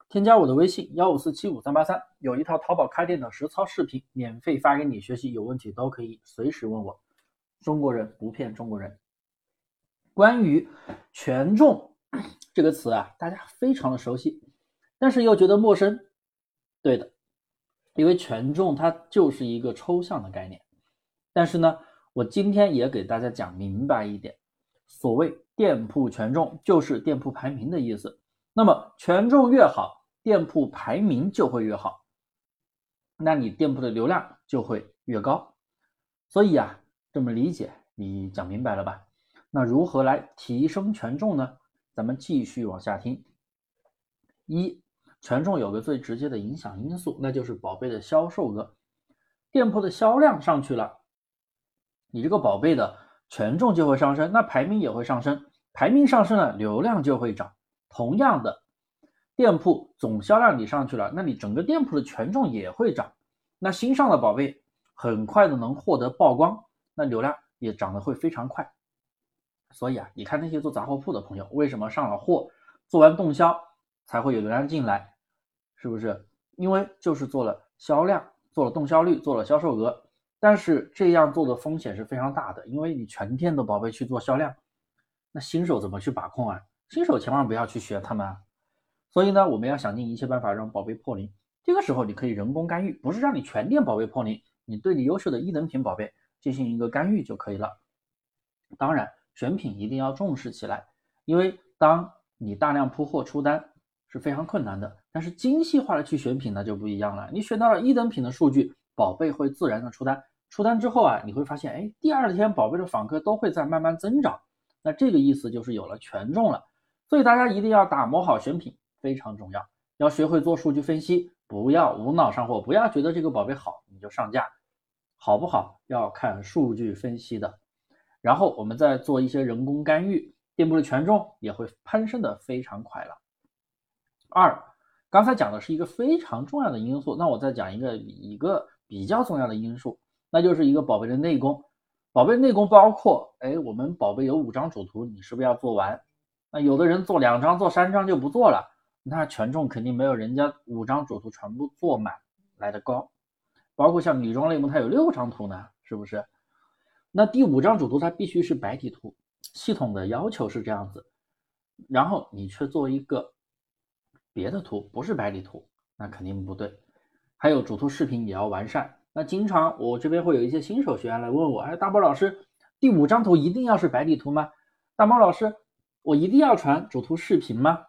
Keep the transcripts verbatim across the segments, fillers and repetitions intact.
添加我的微信幺五四七五三八三，有一套淘宝开店的实操视频免费发给你学习，有问题都可以随时问我。中国人不骗中国人。关于权重这个词啊，大家非常的熟悉，但是又觉得陌生。对的，因为权重它就是一个抽象的概念。但是呢，我今天也给大家讲明白一点，所谓店铺权重就是店铺排名的意思。那么权重越好，店铺排名就会越好，那你店铺的流量就会越高。所以啊，这么理解你讲明白了吧？那如何来提升权重呢？咱们继续往下听。一，权重有个最直接的影响因素，那就是宝贝的销售额。店铺的销量上去了，你这个宝贝的权重就会上升，那排名也会上升，排名上升了，流量就会涨。同样的，店铺总销量你上去了，那你整个店铺的权重也会涨，那新上的宝贝很快的能获得曝光，那流量也涨得会非常快。所以啊，你看那些做杂货铺的朋友，为什么上了货做完动销才会有流量进来，是不是？因为就是做了销量，做了动销率，做了销售额。但是这样做的风险是非常大的，因为你全店的宝贝去做销量，那新手怎么去把控啊？新手千万不要去学他们啊。所以呢，我们要想尽一切办法让宝贝破零。这个时候你可以人工干预，不是让你全店宝贝破零，你对你优秀的一等品宝贝进行一个干预就可以了。当然选品一定要重视起来，因为当你大量铺货出单是非常困难的，但是精细化的去选品呢就不一样了。你选到了一等品的数据，宝贝会自然的出单，出单之后啊，你会发现，哎，第二天宝贝的访客都会在慢慢增长，那这个意思就是有了权重了。所以大家一定要打磨好选品，非常重要，要学会做数据分析，不要无脑上货，不要觉得这个宝贝好你就上架，好不好要看数据分析的。然后我们再做一些人工干预，店铺的权重也会攀升的非常快了。二，刚才讲的是一个非常重要的因素，那我再讲一个一个比较重要的因素，那就是一个宝贝的内功。宝贝内功包括，哎，我们宝贝有五张主图，你是不是要做完？那有的人做两张做三张就不做了，那权重肯定没有人家五张主图全部做满来的高。包括像女装类目它有六张图呢，是不是？那第五张主图它必须是白底图，系统的要求是这样子，然后你却做一个别的图不是白底图，那肯定不对。还有主图视频也要完善。那经常我这边会有一些新手学员来问我，哎，大猫老师，第五张图一定要是白底图吗？大猫老师，我一定要传主图视频吗？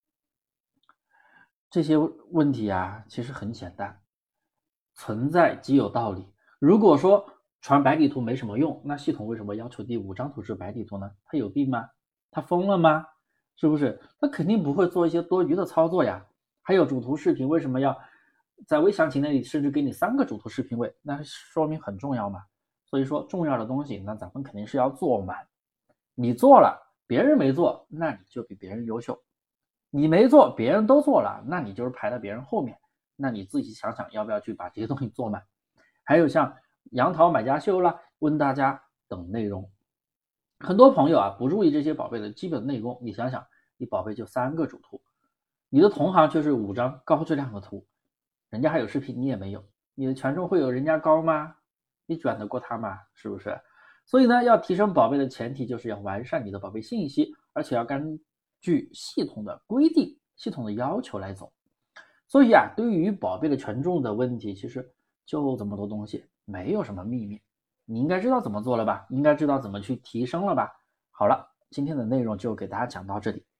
这些问题啊，其实很简单，存在即有道理。如果说传白底图没什么用，那系统为什么要求第五张图是白底图呢？他有病吗？他疯了吗？是不是？他肯定不会做一些多余的操作呀。还有主图视频为什么要在微详情那里甚至给你三个主图视频位？那说明很重要嘛。所以说重要的东西，那咱们肯定是要做满。你做了，别人没做，那你就比别人优秀。你没做，别人都做了，那你就是排在别人后面。那你自己想想要不要去把这些东西做满。还有像杨桃买家秀啦、问大家等内容，很多朋友啊不注意这些宝贝的基本内功。你想想，你宝贝就三个主图，你的同行就是五张高质量的图，人家还有视频你也没有，你的权重会有人家高吗？你转得过他吗？是不是？所以呢，要提升宝贝的前提就是要完善你的宝贝信息，而且要根据系统的规定、系统的要求来走。所以啊，对于宝贝的权重的问题，其实就这么多东西，没有什么秘密。你应该知道怎么做了吧？应该知道怎么去提升了吧？好了，今天的内容就给大家讲到这里。